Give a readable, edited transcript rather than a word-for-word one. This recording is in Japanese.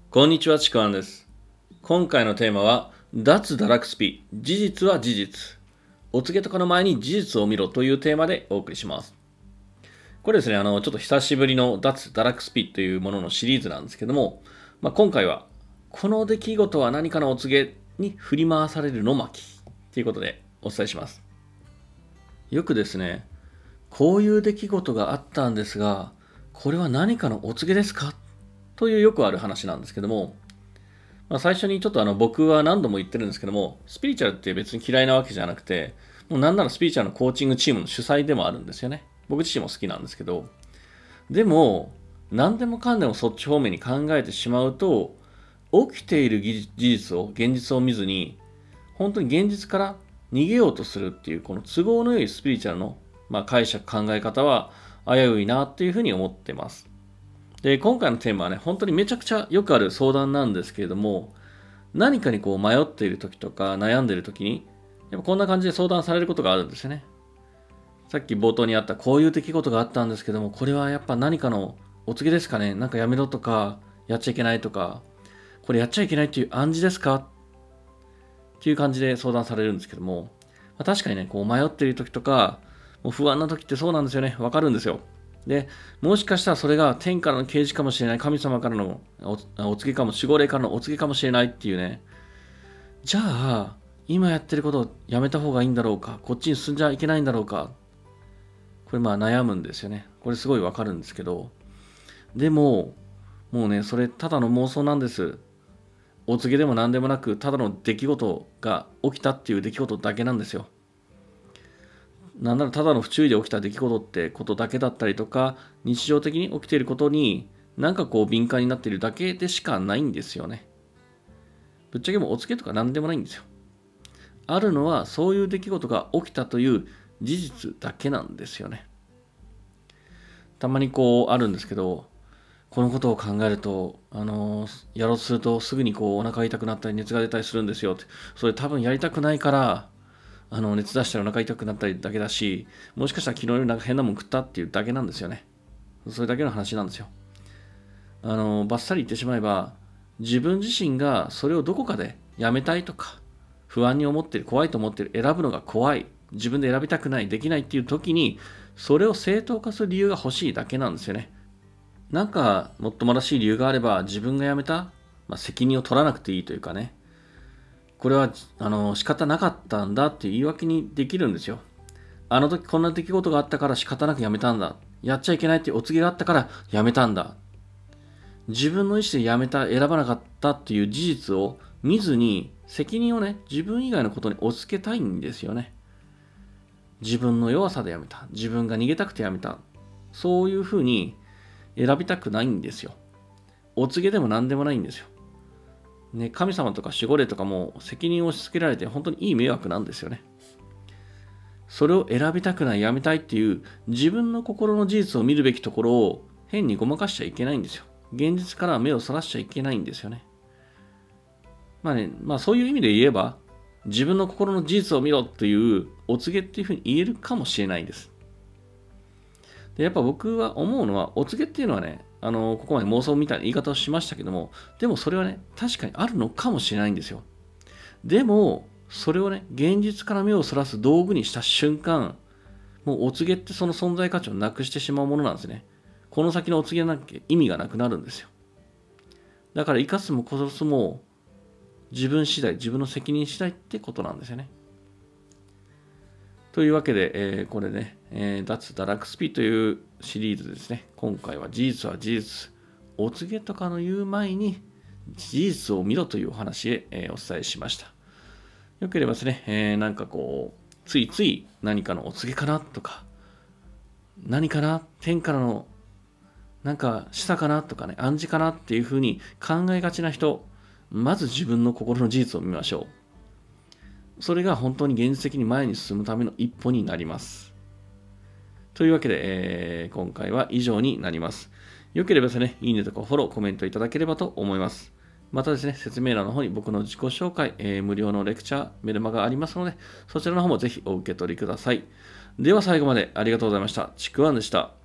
こんにちは、ちくわんです。今回のテーマは、脱堕落スピ、事実は事実。お告げとかの前に事実を見ろというテーマでお送りします。これですね、ちょっと久しぶりの脱堕落スピというもののシリーズなんですけども、今回は、この出来事は何かのお告げに振り回されるの巻ということでお伝えします。よくですね、こういう出来事があったんですが、これは何かのお告げですかというよくある話なんですけども、最初にちょっと僕は何度も言ってるんですけども、スピリチュアルって別に嫌いなわけじゃなくて、もうなんならスピリチュアルのコーチングチームの主催でもあるんですよね。僕自身も好きなんですけど、でも、何でもかんでもそっち方面に考えてしまうと、起きている現実を見ずに、本当に現実から逃げようとするっていう、この都合の良いスピリチュアルの、解釈、考え方は危ういなっていうふうに思ってます。で、今回のテーマはね、本当にめちゃくちゃよくある相談なんですけれども、何かにこう迷っている時とか悩んでいる時に、やっぱこんな感じで相談されることがあるんですよね。さっき冒頭にあったこういう出来事があったんですけども、これはやっぱ何かのお告げですかね、なんかやめろとか、やっちゃいけないとか、これやっちゃいけないっていう暗示ですかっていう感じで相談されるんですけども、確かにね、こう迷っている時とか、もう不安な時ってそうなんですよね。わかるんですよ。で、もしかしたらそれが天からの啓示かもしれない、神様からのお告げかも、守護霊からのお告げかもしれないっていうね。じゃあ、今やってることをやめた方がいいんだろうか、こっちに進んじゃいけないんだろうか。これ悩むんですよね。これすごいわかるんですけど。でも、もうね、それただの妄想なんです。お告げでも何でもなく、ただの出来事が起きたっていう出来事だけなんですよ。なんならただの不注意で起きた出来事ってことだけだったりとか、日常的に起きていることになんかこう敏感になっているだけでしかないんですよね。ぶっちゃけもうお告げとか何でもないんですよ。あるのはそういう出来事が起きたという事実だけなんですよね。たまにこうあるんですけど、このことを考えると、やろうとするとすぐにこうお腹痛くなったり熱が出たりするんですよって。それ多分やりたくないから、熱出したらお腹痛くなったりだけだし、もしかしたら昨日よりなんか変なもん食ったっていうだけなんですよね。それだけの話なんですよ。バッサリ言ってしまえば、自分自身がそれをどこかでやめたいとか、不安に思っている、怖いと思っている、選ぶのが怖い、自分で選びたくない、できないっていう時に、それを正当化する理由が欲しいだけなんですよね。なんか、もっともらしい理由があれば、自分が辞めた、責任を取らなくていいというかね、これは仕方なかったんだっていう言い訳にできるんですよ。あの時こんな出来事があったから仕方なく辞めたんだ。やっちゃいけないっていうお告げがあったから辞めたんだ。自分の意思で辞めた、選ばなかったっていう事実を見ずに、責任をね、自分以外のことに押し付けたいんですよね。自分の弱さで辞めた。自分が逃げたくて辞めた。そういうふうに選びたくないんですよ。お告げでも何でもないんですよ。ね、神様とか守護霊とかも責任を押し付けられて本当にいい迷惑なんですよね。それを選びたくない、やめたいっていう自分の心の事実を見るべきところを変にごまかしちゃいけないんですよ。現実から目をそらしちゃいけないんですよね。そういう意味で言えば、自分の心の事実を見ろっていうお告げっていうふうに言えるかもしれないんです。で、やっぱ僕は思うのは、お告げっていうのはね、ここまで妄想みたいな言い方をしましたけども、でもそれはね、確かにあるのかもしれないんですよ。でも、それをね、現実から目をそらす道具にした瞬間、もうお告げってその存在価値をなくしてしまうものなんですね。この先のお告げなきゃ意味がなくなるんですよ。だから生かすも殺すも自分次第、自分の責任次第ってことなんですよね。というわけで、これね、脱堕落スピというシリーズですね。今回は事実は事実。お告げとかの言う前に事実を見ろというお話へ、お伝えしました。よければですね、なんかこう、ついつい何かのお告げかなとか、何かな、天からのなんか示唆かなとかね、暗示かなっていうふうに考えがちな人、まず自分の心の事実を見ましょう。それが本当に現実的に前に進むための一歩になります。というわけで、今回は以上になります。よければですね、いいねとかフォロー、コメントいただければと思います。またですね、説明欄の方に僕の自己紹介、無料のレクチャー、メルマがありますので、そちらの方もぜひお受け取りください。では最後までありがとうございました。ちくわんでした。